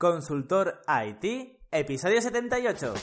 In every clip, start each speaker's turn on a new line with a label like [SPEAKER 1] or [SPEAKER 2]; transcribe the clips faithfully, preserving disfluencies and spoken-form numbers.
[SPEAKER 1] Consultor I T, episodio setenta y ocho.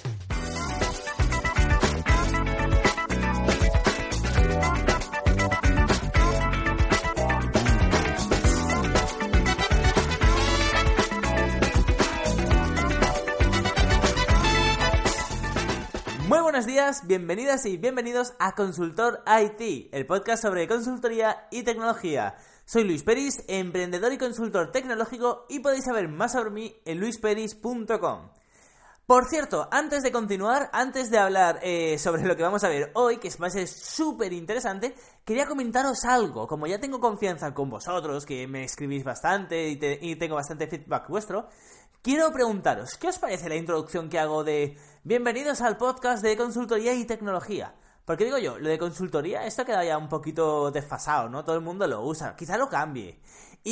[SPEAKER 1] Muy buenos días, bienvenidas y bienvenidos a Consultor I T, el podcast sobre consultoría y tecnología. Soy Luis Peris, emprendedor y consultor tecnológico, y podéis saber más sobre mí en luis peris punto com. Por cierto, antes de continuar, antes de hablar eh, sobre lo que vamos a ver hoy, que va a ser súper interesante, quería comentaros algo. Como ya tengo confianza con vosotros, que me escribís bastante y, te, y tengo bastante feedback vuestro, quiero preguntaros, ¿qué os parece la introducción que hago de bienvenidos al podcast de consultoría y tecnología? Porque digo yo, lo de consultoría, esto queda ya un poquito desfasado, ¿no? Todo el mundo lo usa, quizá lo cambie.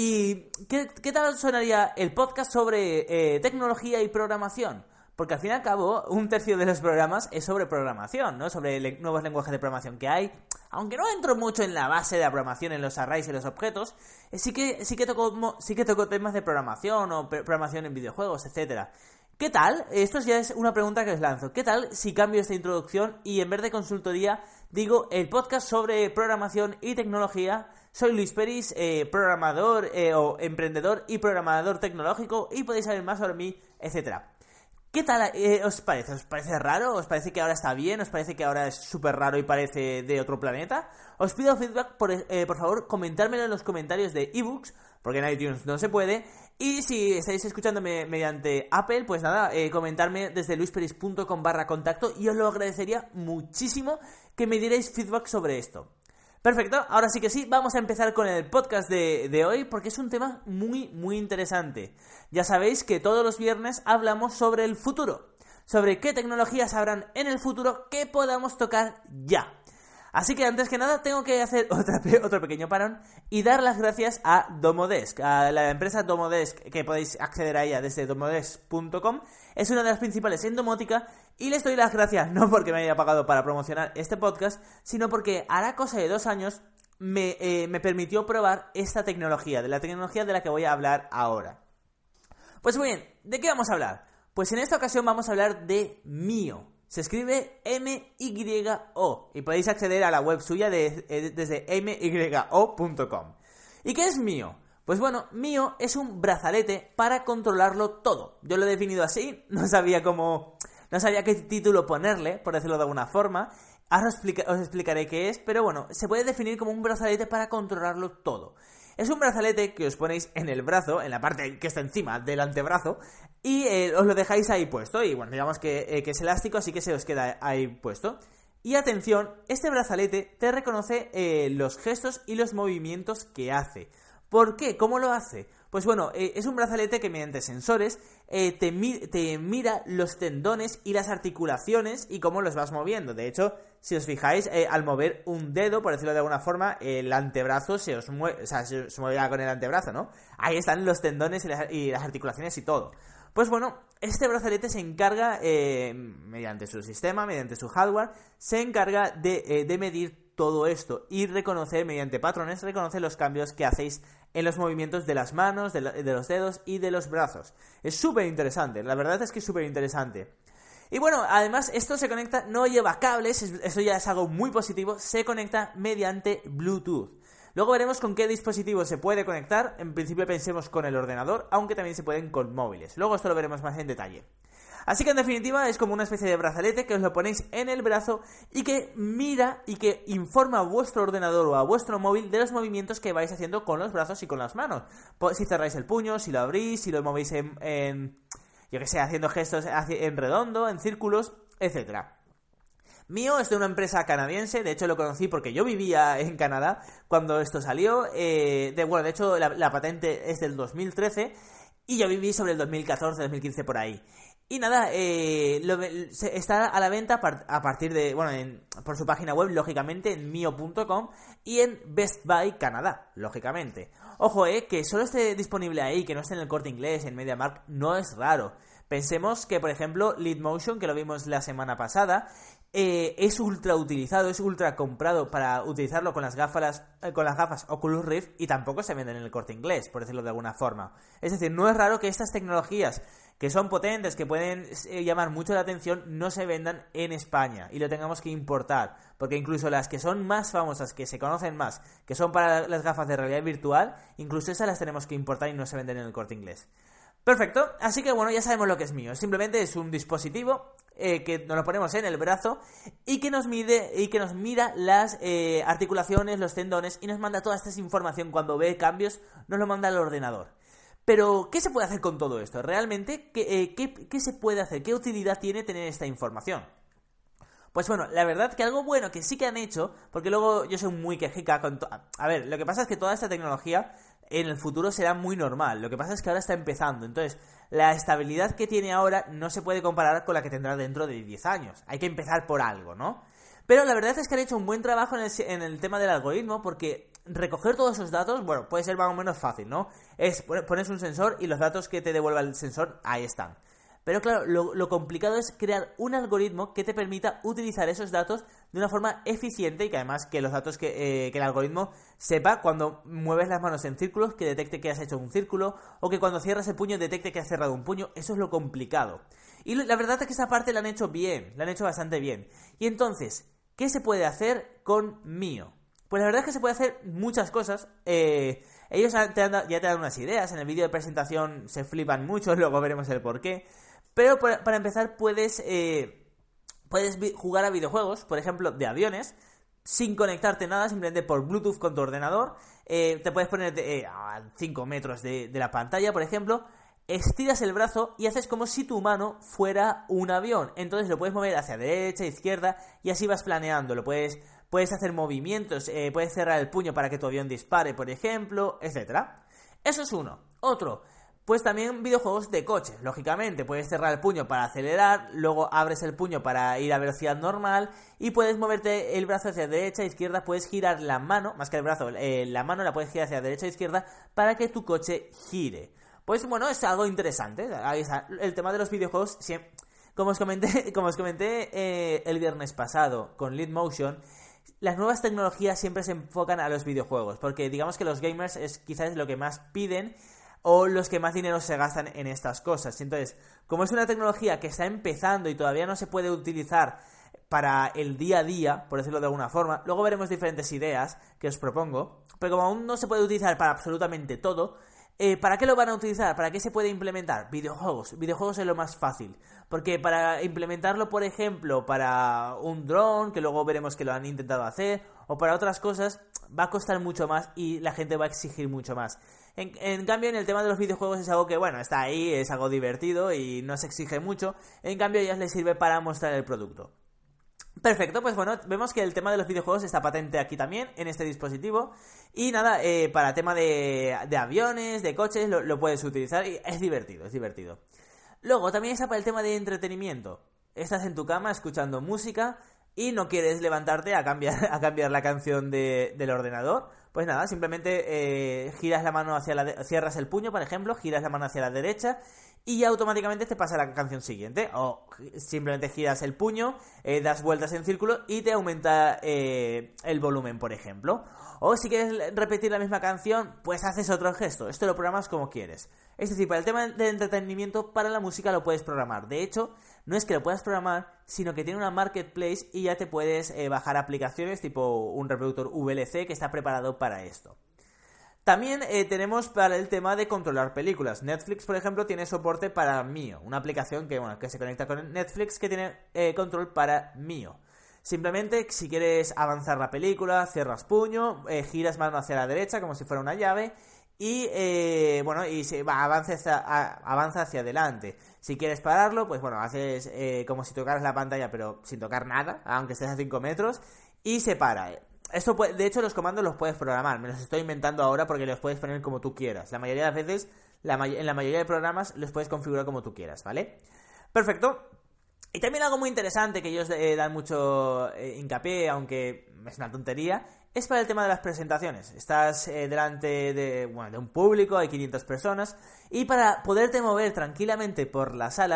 [SPEAKER 1] ¿Y qué, qué tal sonaría el podcast sobre eh, tecnología y programación? Porque al fin y al cabo, un tercio de los programas es sobre programación, ¿no? Sobre le- nuevos lenguajes de programación que hay. Aunque no entro mucho en la base de la programación, en los arrays y los objetos, eh, sí que sí que toco sí que toco temas de programación o pre- programación en videojuegos, etcétera. ¿Qué tal? Esto ya es una pregunta que os lanzo. ¿Qué tal si cambio esta introducción y en vez de consultoría digo el podcast sobre programación y tecnología? Soy Luis Peris, eh, programador eh, o emprendedor y programador tecnológico, y podéis saber más sobre mí, etcétera. ¿Qué tal eh, os parece? ¿Os parece raro? ¿Os parece que ahora está bien? ¿Os parece que ahora es súper raro y parece de otro planeta? Os pido feedback, por, eh, por favor, comentármelo en los comentarios de ebooks, porque en iTunes no se puede. Y si estáis escuchándome mediante Apple, pues nada, eh, comentarme desde luis peris punto com barra contacto, y os lo agradecería muchísimo que me dierais feedback sobre esto. Perfecto, ahora sí que sí, vamos a empezar con el podcast de, de hoy, porque es un tema muy, muy interesante. Ya sabéis que todos los viernes hablamos sobre el futuro, sobre qué tecnologías habrán en el futuro que podamos tocar ya. Así que antes que nada tengo que hacer otra, otro pequeño parón y dar las gracias a Domodesk, a la empresa Domodesk, que podéis acceder a ella desde domodesk punto com. Es una de las principales en domótica, y les doy las gracias no porque me haya pagado para promocionar este podcast, sino porque hará cosa de dos años me, eh, me permitió probar esta tecnología, de la tecnología de la que voy a hablar ahora. Pues muy bien, ¿de qué vamos a hablar? Pues en esta ocasión vamos a hablar de Mio. Se escribe M Y O y podéis acceder a la web suya de, eh, desde eme y o punto com. ¿Y qué es Mio? Pues bueno, Mio es un brazalete para controlarlo todo. Yo lo he definido así, no sabía cómo, no sabía qué título ponerle, por decirlo de alguna forma. Ahora os, explica, os explicaré qué es, pero bueno, se puede definir como un brazalete para controlarlo todo. Es un brazalete que os ponéis en el brazo, en la parte que está encima del antebrazo, y eh, os lo dejáis ahí puesto. Y bueno, digamos que, eh, que es elástico, así que se os queda ahí puesto. Y atención, este brazalete te reconoce eh, los gestos y los movimientos que hace. ¿Por qué? ¿Cómo lo hace? Pues bueno, eh, es un brazalete que mediante sensores eh, te, mi- te mira los tendones y las articulaciones y cómo los vas moviendo. De hecho, si os fijáis, eh, al mover un dedo, por decirlo de alguna forma, el antebrazo se os mueve, o sea, se os moverá con el antebrazo, ¿no? Ahí están los tendones y las, y las articulaciones y todo. Pues bueno, este brazalete se encarga, eh, mediante su sistema, mediante su hardware, se encarga de, eh, de medir todo esto y reconocer, mediante patrones, reconocer los cambios que hacéis en los movimientos de las manos, de, lo, de los dedos y de los brazos. Es súper interesante, la verdad es que es súper interesante. Y bueno, además esto se conecta, no lleva cables, esto ya es algo muy positivo, se conecta mediante Bluetooth. Luego veremos con qué dispositivo se puede conectar. En principio pensemos con el ordenador, aunque también se pueden con móviles. Luego esto lo veremos más en detalle. Así que en definitiva es como una especie de brazalete que os lo ponéis en el brazo y que mira y que informa a vuestro ordenador o a vuestro móvil de los movimientos que vais haciendo con los brazos y con las manos. Si cerráis el puño, si lo abrís, si lo movéis en, en yo que sé, haciendo gestos en redondo, en círculos, etcétera. Mio es de una empresa canadiense, de hecho lo conocí porque yo vivía en Canadá cuando esto salió. Eh, de, bueno, de hecho la, la patente es del dos mil trece y yo viví sobre el dos mil catorce, dos mil quince por ahí. Y nada, eh, lo, se, está a la venta a partir de, bueno, en, por su página web, lógicamente, en mio punto com, y en Best Buy Canadá, lógicamente. Ojo, eh, que solo esté disponible ahí, que no esté en el Corte Inglés, en MediaMarkt, no es raro. Pensemos que, por ejemplo, Lead Motion, que lo vimos la semana pasada, eh, es ultra utilizado, es ultra comprado para utilizarlo con las gafas, eh, con las gafas Oculus Rift y tampoco se venden en el Corte Inglés, por decirlo de alguna forma. Es decir, no es raro que estas tecnologías que son potentes, que pueden eh, llamar mucho la atención, no se vendan en España y lo tengamos que importar, porque incluso las que son más famosas, que se conocen más, que son para las gafas de realidad virtual, incluso esas las tenemos que importar y no se venden en el Corte Inglés. Perfecto, así que bueno, ya sabemos lo que es Mio. Simplemente es un dispositivo eh, que nos lo ponemos en el brazo y que nos mide y que nos mira las eh, articulaciones, los tendones y nos manda toda esta información. Cuando ve cambios, nos lo manda al ordenador. Pero, ¿qué se puede hacer con todo esto? ¿Realmente qué, eh, qué, qué se puede hacer? ¿Qué utilidad tiene tener esta información? Pues bueno, la verdad que algo bueno que sí que han hecho, porque luego yo soy muy quejica con... To- a ver, lo que pasa es que toda esta tecnología en el futuro será muy normal. Lo que pasa es que ahora está empezando. Entonces, la estabilidad que tiene ahora no se puede comparar con la que tendrá dentro de diez años. Hay que empezar por algo, ¿no? Pero la verdad es que han hecho un buen trabajo en el, en el tema del algoritmo, porque recoger todos esos datos, bueno, puede ser más o menos fácil, ¿no? Es pones un sensor y los datos que te devuelva el sensor, ahí están. Pero claro, lo, lo complicado es crear un algoritmo que te permita utilizar esos datos de una forma eficiente y que además que los datos que, eh, que el algoritmo sepa cuando mueves las manos en círculos, que detecte que has hecho un círculo, o que cuando cierras el puño detecte que has cerrado un puño. Eso es lo complicado. Y la verdad es que esa parte la han hecho bien, la han hecho bastante bien. Y entonces, ¿qué se puede hacer con Mio? Pues la verdad es que se puede hacer muchas cosas. Eh, ellos te han dado, ya te dan unas ideas. En el vídeo de presentación se flipan mucho, luego veremos el porqué. Pero para, para empezar puedes, eh, puedes vi- jugar a videojuegos, por ejemplo, de aviones, sin conectarte nada, simplemente por Bluetooth con tu ordenador. Eh, te puedes poner eh, a cinco metros de, de la pantalla, por ejemplo. Estiras el brazo y haces como si tu mano fuera un avión. Entonces lo puedes mover hacia derecha, izquierda y así vas planeando. Lo puedes, puedes hacer movimientos, eh, puedes cerrar el puño para que tu avión dispare, por ejemplo, etcétera. Eso es uno. Otro, pues también videojuegos de coches. Lógicamente, puedes cerrar el puño para acelerar, luego abres el puño para ir a velocidad normal y puedes moverte el brazo hacia derecha, izquierda, puedes girar la mano, más que el brazo, eh, la mano la puedes girar hacia derecha e izquierda para que tu coche gire. Pues bueno, es algo interesante. Ahí está. El tema de los videojuegos, siempre, como os comenté, como os comenté eh, el viernes pasado con Lead Motion, las nuevas tecnologías siempre se enfocan a los videojuegos, porque digamos que los gamers es quizás lo que más piden o los que más dinero se gastan en estas cosas. Entonces, como es una tecnología que está empezando y todavía no se puede utilizar para el día a día, por decirlo de alguna forma, luego veremos diferentes ideas que os propongo, pero como aún no se puede utilizar para absolutamente todo, Eh, ¿para qué lo van a utilizar? ¿Para qué se puede implementar? Videojuegos. Videojuegos es lo más fácil. Porque para implementarlo, por ejemplo, para un dron, que luego veremos que lo han intentado hacer, o para otras cosas, va a costar mucho más y la gente va a exigir mucho más. En, en cambio, en el tema de los videojuegos es algo que, bueno, está ahí, es algo divertido y no se exige mucho. En cambio, ya les sirve para mostrar el producto. Perfecto, pues bueno, vemos que el tema de los videojuegos está patente aquí también, en este dispositivo. Y nada, eh, para tema de, de aviones, de coches, lo, lo puedes utilizar y es divertido, es divertido. Luego, también está para el tema de entretenimiento. Estás en tu cama escuchando música y no quieres levantarte a cambiar, a cambiar la canción de, del ordenador. Pues nada, simplemente eh, giras la mano hacia la... De- cierras el puño, por ejemplo, giras la mano hacia la derecha y ya automáticamente te pasa la canción siguiente. O simplemente giras el puño, eh, das vueltas en círculo y te aumenta eh, el volumen, por ejemplo. O si quieres repetir la misma canción, pues haces otro gesto. Esto lo programas como quieres. Es decir, para el tema de entretenimiento, para la música lo puedes programar. De hecho, no es que lo puedas programar, sino que tiene una marketplace y ya te puedes eh, bajar aplicaciones tipo un reproductor V L C que está preparado para esto. También eh, tenemos para el tema de controlar películas. Netflix, por ejemplo, tiene soporte para Mio, una aplicación que, bueno, que se conecta con Netflix que tiene eh, control para Mio. Simplemente, si quieres avanzar la película, cierras puño, eh, giras mano hacia la derecha como si fuera una llave y, eh, bueno, y se va, avanza, hacia, a, avanza hacia adelante. Si quieres pararlo, pues bueno, haces eh, como si tocaras la pantalla pero sin tocar nada, aunque estés a cinco metros, y se para. Esto puede, de hecho, los comandos los puedes programar. Me los estoy inventando ahora porque los puedes poner como tú quieras. La mayoría de las veces, la may- en la mayoría de programas, los puedes configurar como tú quieras, ¿vale? Perfecto. Y también algo muy interesante que ellos eh, dan mucho eh, hincapié, aunque es una tontería, es para el tema de las presentaciones. Estás eh, delante de, bueno, de un público, hay quinientas personas, y para poderte mover tranquilamente por la sala,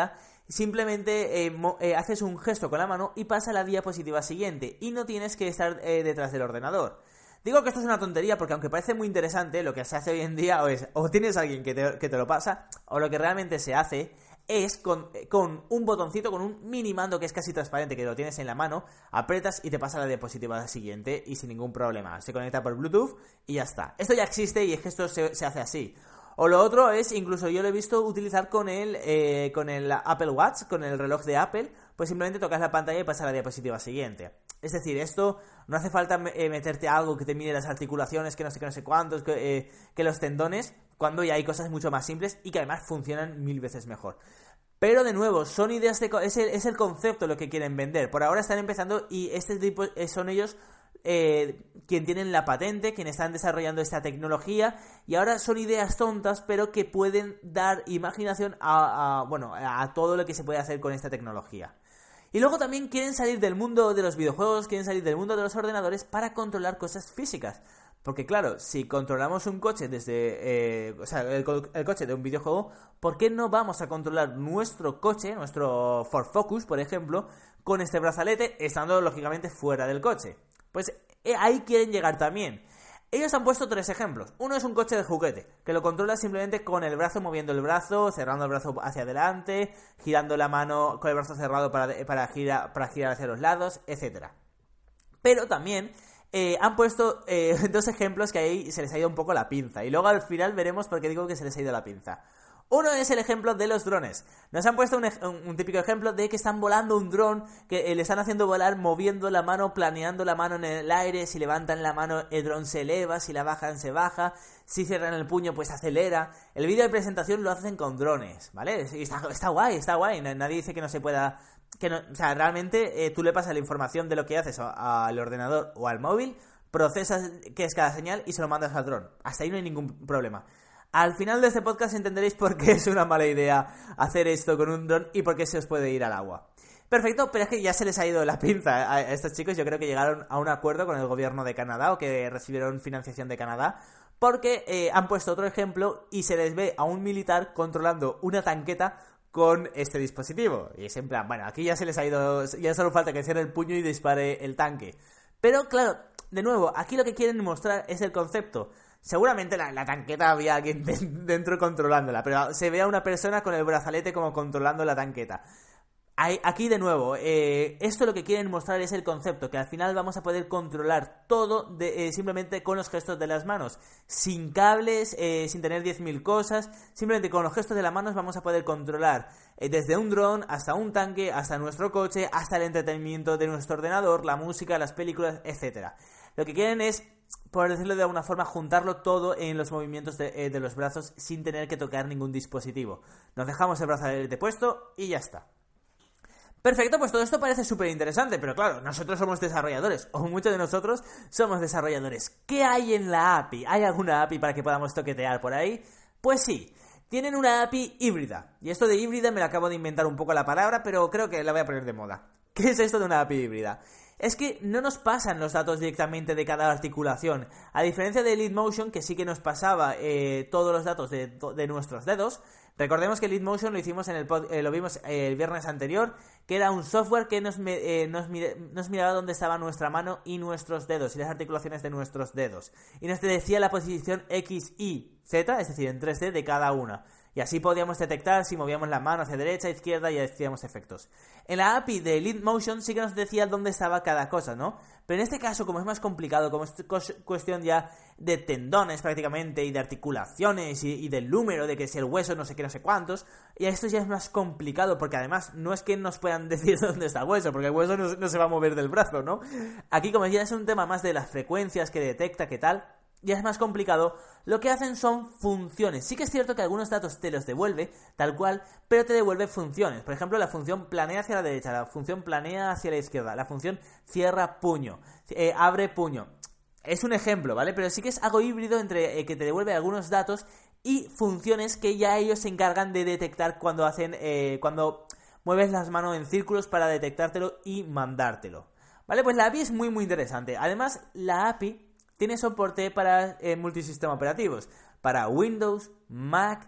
[SPEAKER 1] simplemente eh, mo- eh, haces un gesto con la mano y pasa a la diapositiva siguiente y no tienes que estar eh, detrás del ordenador. Digo que esto es una tontería porque aunque parece muy interesante, lo que se hace hoy en día o es o tienes a alguien que te, que te lo pasa, o lo que realmente se hace es con, con un botoncito, con un mini mando que es casi transparente, que lo tienes en la mano, apretas y te pasa a la diapositiva siguiente y sin ningún problema. Se conecta por Bluetooth y ya está. Esto ya existe y es que esto se, se hace así. O lo otro es, incluso yo lo he visto utilizar con el, eh, con el Apple Watch, con el reloj de Apple, pues simplemente tocas la pantalla y pasa a la diapositiva siguiente. Es decir, esto no hace falta eh, meterte algo que te mire las articulaciones, que no sé qué, no sé cuántos, que, eh, que los tendones, cuando ya hay cosas mucho más simples y que además funcionan mil veces mejor. Pero de nuevo, son ideas de... Es el, es el concepto lo que quieren vender. Por ahora están empezando y este tipo son ellos... Eh, quien tienen la patente, quien están desarrollando esta tecnología y ahora son ideas tontas pero que pueden dar imaginación a, a, bueno, a todo lo que se puede hacer con esta tecnología. Y luego también quieren salir del mundo de los videojuegos, quieren salir del mundo de los ordenadores para controlar cosas físicas. Porque claro, si controlamos un coche desde... Eh, o sea, el, el coche de un videojuego, ¿por qué no vamos a controlar nuestro coche, nuestro Ford Focus, por ejemplo, con este brazalete, estando lógicamente fuera del coche? Pues eh, ahí quieren llegar también. Ellos han puesto tres ejemplos. Uno es un coche de juguete, que lo controlas simplemente con el brazo, moviendo el brazo, cerrando el brazo hacia adelante, girando la mano con el brazo cerrado para, para, gira, para girar hacia los lados, etcétera. Pero también eh, han puesto eh, dos ejemplos que ahí se les ha ido un poco la pinza. Y luego al final veremos por qué digo que se les ha ido la pinza. Uno es el ejemplo de los drones. Nos han puesto un, un, un típico ejemplo de que están volando un dron, que eh, le están haciendo volar moviendo la mano, planeando la mano en el aire. Si levantan la mano, el dron se eleva, si la bajan, se baja. Si cierran el puño, pues acelera. El vídeo de presentación lo hacen con drones, ¿vale? Y está, está guay, está guay. Nadie dice que no se pueda... Que no, o sea, realmente eh, tú le pasas la información de lo que haces a, al ordenador o al móvil, procesas qué es cada señal y se lo mandas al dron. Hasta ahí no hay ningún problema. Al final de este podcast entenderéis por qué es una mala idea hacer esto con un dron y por qué se os puede ir al agua. Perfecto, pero es que ya se les ha ido la pinza a estos chicos. Yo creo que llegaron a un acuerdo con el gobierno de Canadá o que recibieron financiación de Canadá porque eh, han puesto otro ejemplo y se les ve a un militar controlando una tanqueta con este dispositivo. Y es en plan, bueno, aquí ya se les ha ido, ya solo falta que cierre el puño y dispare el tanque. Pero claro, de nuevo, aquí lo que quieren mostrar es el concepto. Seguramente la, la tanqueta había alguien de, dentro controlándola, pero se ve a una persona con el brazalete como controlando la tanqueta. Hay, aquí de nuevo, eh, esto lo que quieren mostrar es el concepto, que al final vamos a poder controlar todo de, eh, simplemente con los gestos de las manos, sin cables, eh, sin tener diez mil cosas, simplemente con los gestos de las manos vamos a poder controlar eh, desde un dron hasta un tanque, hasta nuestro coche, hasta el entretenimiento de nuestro ordenador, la música, las películas, etcétera. Lo que quieren es, por decirlo de alguna forma, juntarlo todo en los movimientos de, eh, de los brazos sin tener que tocar ningún dispositivo. Nos dejamos el brazalete puesto y ya está. Perfecto, pues todo esto parece súper interesante, pero claro, nosotros somos desarrolladores, o muchos de nosotros somos desarrolladores. ¿Qué hay en la A P I? ¿Hay alguna A P I para que podamos toquetear por ahí? Pues sí, tienen una A P I híbrida. Y esto de híbrida me lo acabo de inventar un poco la palabra, pero creo que la voy a poner de moda. ¿Qué es esto de una A P I híbrida? Es que no nos pasan los datos directamente de cada articulación. A diferencia de Leadmotion, que sí que nos pasaba eh, todos los datos de, de nuestros dedos. Recordemos que Leadmotion lo hicimos en el pod, eh, lo vimos el viernes anterior, que era un software que nos, eh, nos, mire, nos miraba dónde estaba nuestra mano y nuestros dedos y las articulaciones de nuestros dedos. Y nos decía la posición X, Y, Z, es decir, en tres D de cada una. Y así podíamos detectar si movíamos la mano hacia derecha, izquierda y hacíamos efectos. En la A P I de Leadmotion sí que nos decía dónde estaba cada cosa, ¿no? Pero en este caso, como es más complicado, como es cuestión ya de tendones prácticamente y de articulaciones y, y del número, de que si el hueso no sé qué, no sé cuántos, y esto ya es más complicado porque además no es que nos puedan decir dónde está el hueso, porque el hueso no, no se va a mover del brazo, ¿no? Aquí como ya es un tema más de las frecuencias que detecta, qué tal, ya es más complicado, lo que hacen son funciones. Sí que es cierto que algunos datos te los devuelve, tal cual, pero te devuelve funciones. Por ejemplo, la función planea hacia la derecha, la función planea hacia la izquierda, la función cierra puño, eh, abre puño. Es un ejemplo, ¿vale? Pero sí que es algo híbrido entre eh, que te devuelve algunos datos y funciones que ya ellos se encargan de detectar cuando hacen, eh, cuando mueves las manos en círculos para detectártelo y mandártelo. ¿Vale? Pues la A P I es muy muy interesante. Además, la A P I tiene soporte para eh, multisistema operativos, para Windows, Mac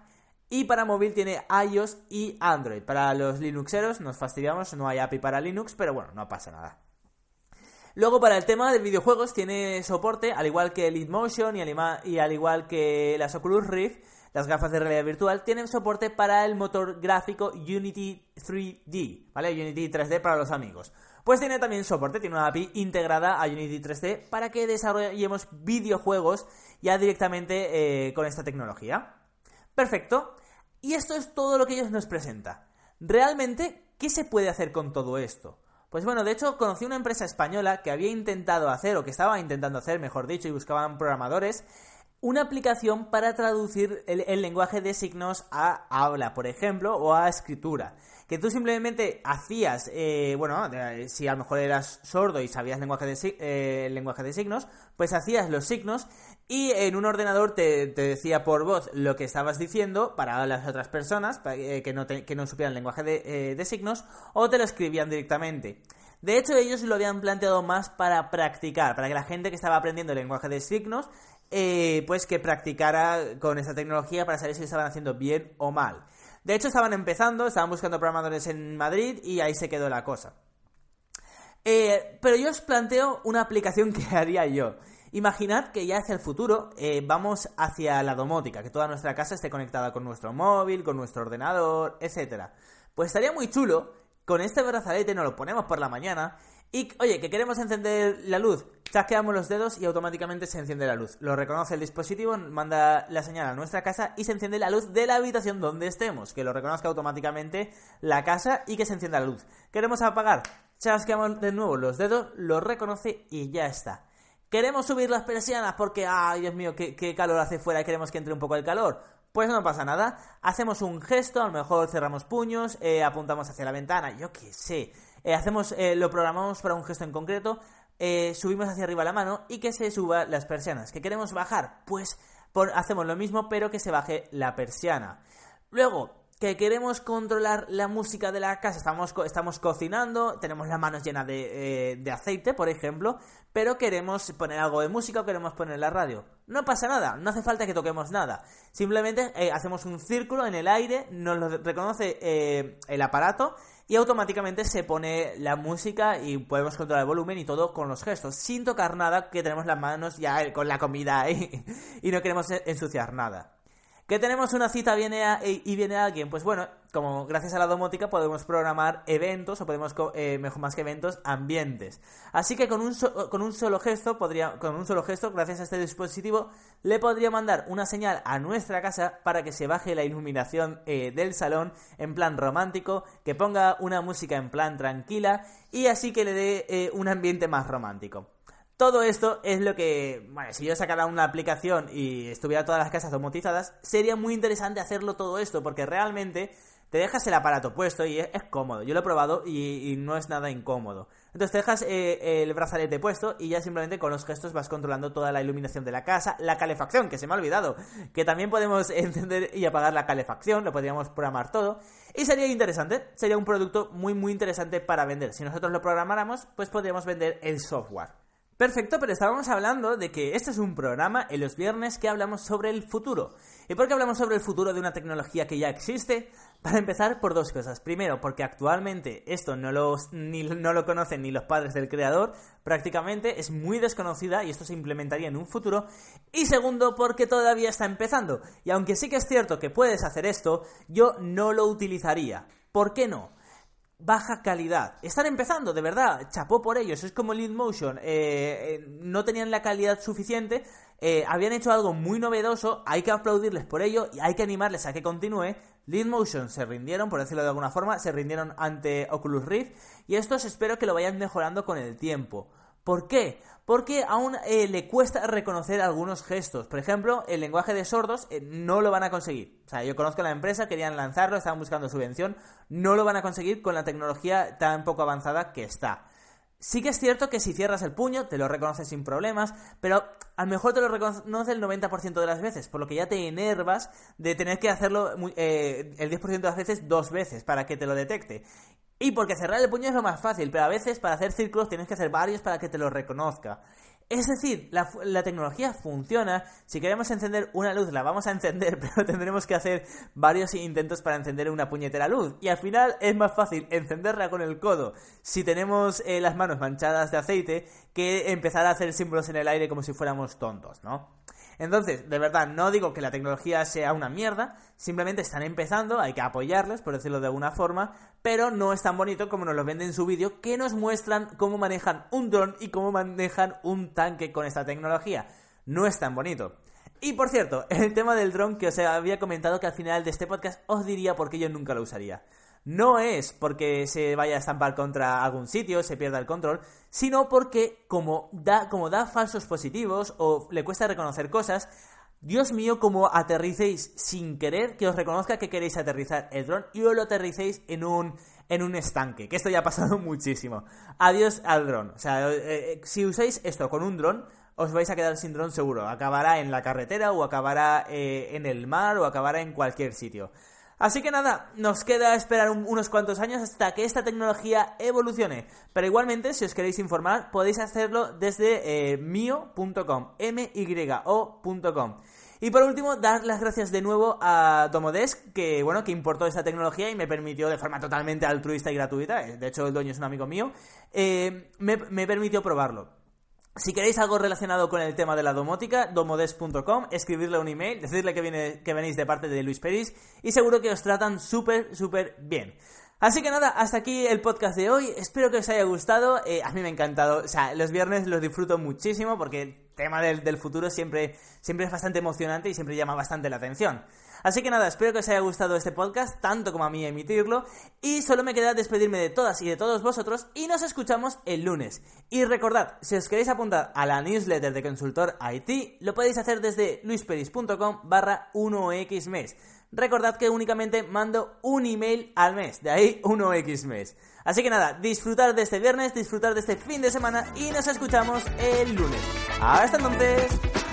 [SPEAKER 1] Y para móvil tiene iOS y Android. Para los Linuxeros nos fastidiamos, no hay A P I para Linux, pero bueno, no pasa nada. Luego para el tema de videojuegos tiene soporte, al igual que el Leapmotion y al, ima- y al igual que las Oculus Rift, las gafas de realidad virtual, tienen soporte para el motor gráfico Unity tres D, ¿vale? Unity tres D para los amigos. Pues tiene también soporte, tiene una A P I integrada a Unity tres D para que desarrollemos videojuegos ya directamente eh, con esta tecnología. Perfecto. Y esto es todo lo que ellos nos presentan. Realmente, ¿qué se puede hacer con todo esto? Pues bueno, de hecho, conocí una empresa española que había intentado hacer, o que estaba intentando hacer, mejor dicho, y buscaban programadores, una aplicación para traducir el, el lenguaje de signos a habla, por ejemplo, o a escritura. Que tú simplemente hacías, eh, bueno, eh, si a lo mejor eras sordo y sabías lenguaje de, eh, lenguaje de signos, pues hacías los signos y en un ordenador te, te decía por voz lo que estabas diciendo para las otras personas para, eh, que, no te, que no supieran lenguaje de, eh, de signos, o te lo escribían directamente. De hecho, ellos lo habían planteado más para practicar, para que la gente que estaba aprendiendo el lenguaje de signos, eh, pues que practicara con esta tecnología para saber si lo estaban haciendo bien o mal. De hecho, estaban empezando, estaban buscando programadores en Madrid y ahí se quedó la cosa. Eh, pero yo os planteo una aplicación que haría yo. Imaginad que ya hacia el futuro eh, vamos hacia la domótica, que toda nuestra casa esté conectada con nuestro móvil, con nuestro ordenador, etcétera. Pues estaría muy chulo, con este brazalete nos lo ponemos por la mañana y, oye, que queremos encender la luz, chasqueamos los dedos y automáticamente se enciende la luz. Lo reconoce el dispositivo, manda la señal a nuestra casa y se enciende la luz de la habitación donde estemos, que lo reconozca automáticamente la casa y que se encienda la luz. ¿Queremos apagar? Chasqueamos de nuevo los dedos, lo reconoce y ya está. ¿Queremos subir las persianas porque, ay, Dios mío, qué, qué calor hace fuera y queremos que entre un poco el calor? Pues no pasa nada, hacemos un gesto, a lo mejor cerramos puños, eh, apuntamos hacia la ventana, yo qué sé, eh, hacemos, eh, lo programamos para un gesto en concreto, eh, subimos hacia arriba la mano y que se suban las persianas. ¿Que queremos bajar? Pues por, hacemos lo mismo pero que se baje la persiana. Luego, que queremos controlar la música de la casa, estamos, co- estamos cocinando, tenemos las manos llenas de, eh, de aceite, por ejemplo, pero queremos poner algo de música o queremos poner la radio. No pasa nada, no hace falta que toquemos nada. Simplemente eh, hacemos un círculo en el aire, nos lo reconoce eh, el aparato y automáticamente se pone la música y podemos controlar el volumen y todo con los gestos, sin tocar nada, que tenemos las manos ya con la comida ahí y no queremos ensuciar nada. ¿Que tenemos una cita viene a, y viene alguien? Pues bueno, como gracias a la domótica podemos programar eventos o podemos, eh, mejor más que eventos, ambientes. Así que con un, so, con un solo gesto, podría, con un solo gesto, gracias a este dispositivo, le podría mandar una señal a nuestra casa para que se baje la iluminación eh, del salón en plan romántico, que ponga una música en plan tranquila y así que le dé eh, un ambiente más romántico. Todo esto es lo que, bueno, si yo sacara una aplicación y estuviera todas las casas domotizadas, sería muy interesante hacerlo todo esto, porque realmente te dejas el aparato puesto y es, es cómodo. Yo lo he probado y, y no es nada incómodo. Entonces te dejas eh, el brazalete puesto y ya simplemente con los gestos vas controlando toda la iluminación de la casa, la calefacción, que se me ha olvidado, que también podemos encender y apagar la calefacción, lo podríamos programar todo. Y sería interesante, sería un producto muy muy interesante para vender. Si nosotros lo programáramos, pues podríamos vender el software. Perfecto, pero estábamos hablando de que este es un programa en los viernes que hablamos sobre el futuro. ¿Y por qué hablamos sobre el futuro de una tecnología que ya existe? Para empezar, por dos cosas. Primero, porque actualmente esto no lo, ni, no lo conocen ni los padres del creador, prácticamente es muy desconocida y esto se implementaría en un futuro. Y segundo, porque todavía está empezando. Y aunque sí que es cierto que puedes hacer esto, yo no lo utilizaría. ¿Por qué no? Baja calidad. Están empezando, de verdad, chapó por ellos. Es como Leapmotion, eh, eh, no tenían la calidad suficiente, eh, habían hecho algo muy novedoso, hay que aplaudirles por ello y hay que animarles a que continúe. Leapmotion se rindieron, por decirlo de alguna forma, se rindieron ante Oculus Rift y estos espero que lo vayan mejorando con el tiempo. ¿Por qué? Porque aún eh, le cuesta reconocer algunos gestos. Por ejemplo, el lenguaje de sordos eh, no lo van a conseguir. O sea, yo conozco a la empresa, querían lanzarlo, estaban buscando subvención, no lo van a conseguir con la tecnología tan poco avanzada que está. Sí que es cierto que si cierras el puño, te lo reconoce sin problemas, pero a lo mejor te lo reconoce el noventa por ciento de las veces, por lo que ya te enervas de tener que hacerlo muy, eh, el diez por ciento de las veces dos veces para que te lo detecte. Y porque cerrar el puño es lo más fácil, pero a veces para hacer círculos tienes que hacer varios para que te lo reconozca. Es decir, la, la tecnología funciona. Si queremos encender una luz, la vamos a encender, pero tendremos que hacer varios intentos para encender una puñetera luz. Y al final es más fácil encenderla con el codo si tenemos eh, las manos manchadas de aceite que empezar a hacer símbolos en el aire como si fuéramos tontos, ¿no? Entonces, de verdad, no digo que la tecnología sea una mierda, simplemente están empezando, hay que apoyarles, por decirlo de alguna forma, pero no es tan bonito como nos lo venden en su vídeo, que nos muestran cómo manejan un dron y cómo manejan un tanque con esta tecnología. No es tan bonito. Y por cierto, el tema del dron que os había comentado que al final de este podcast os diría por qué yo nunca lo usaría. No es porque se vaya a estampar contra algún sitio, se pierda el control, sino porque como da, como da falsos positivos o le cuesta reconocer cosas, Dios mío, como aterricéis sin querer, que os reconozca que queréis aterrizar el dron y os lo aterricéis en un, en un estanque, que esto ya ha pasado muchísimo. Adiós al dron. O sea, eh, si usáis esto con un dron, os vais a quedar sin dron seguro. Acabará en la carretera o acabará eh, en el mar o acabará en cualquier sitio. Así que nada, nos queda esperar un, unos cuantos años hasta que esta tecnología evolucione. Pero igualmente, si os queréis informar, podéis hacerlo desde eh, mio punto com, M Y O punto com. Y por último, dar las gracias de nuevo a Domodesk, que bueno, que importó esta tecnología y me permitió de forma totalmente altruista y gratuita, de hecho el dueño es un amigo mío, eh, me, me permitió probarlo. Si queréis algo relacionado con el tema de la domótica, domodesk punto com, escribirle un email, decirle que, viene, que venís de parte de Luis Peris y seguro que os tratan súper, súper bien. Así que nada, hasta aquí el podcast de hoy, espero que os haya gustado, eh, a mí me ha encantado, o sea, los viernes los disfruto muchísimo porque el tema del, del futuro siempre, siempre es bastante emocionante y siempre llama bastante la atención. Así que nada, espero que os haya gustado este podcast, tanto como a mí emitirlo, y solo me queda despedirme de todas y de todos vosotros, y nos escuchamos el lunes. Y recordad, si os queréis apuntar a la newsletter de Consultor I T, lo podéis hacer desde luisperis punto com barra uno equis mes. Recordad que únicamente mando un email al mes, de ahí uno equis mes. Así que nada, disfrutar de este viernes, disfrutar de este fin de semana, y nos escuchamos el lunes. ¡Hasta entonces!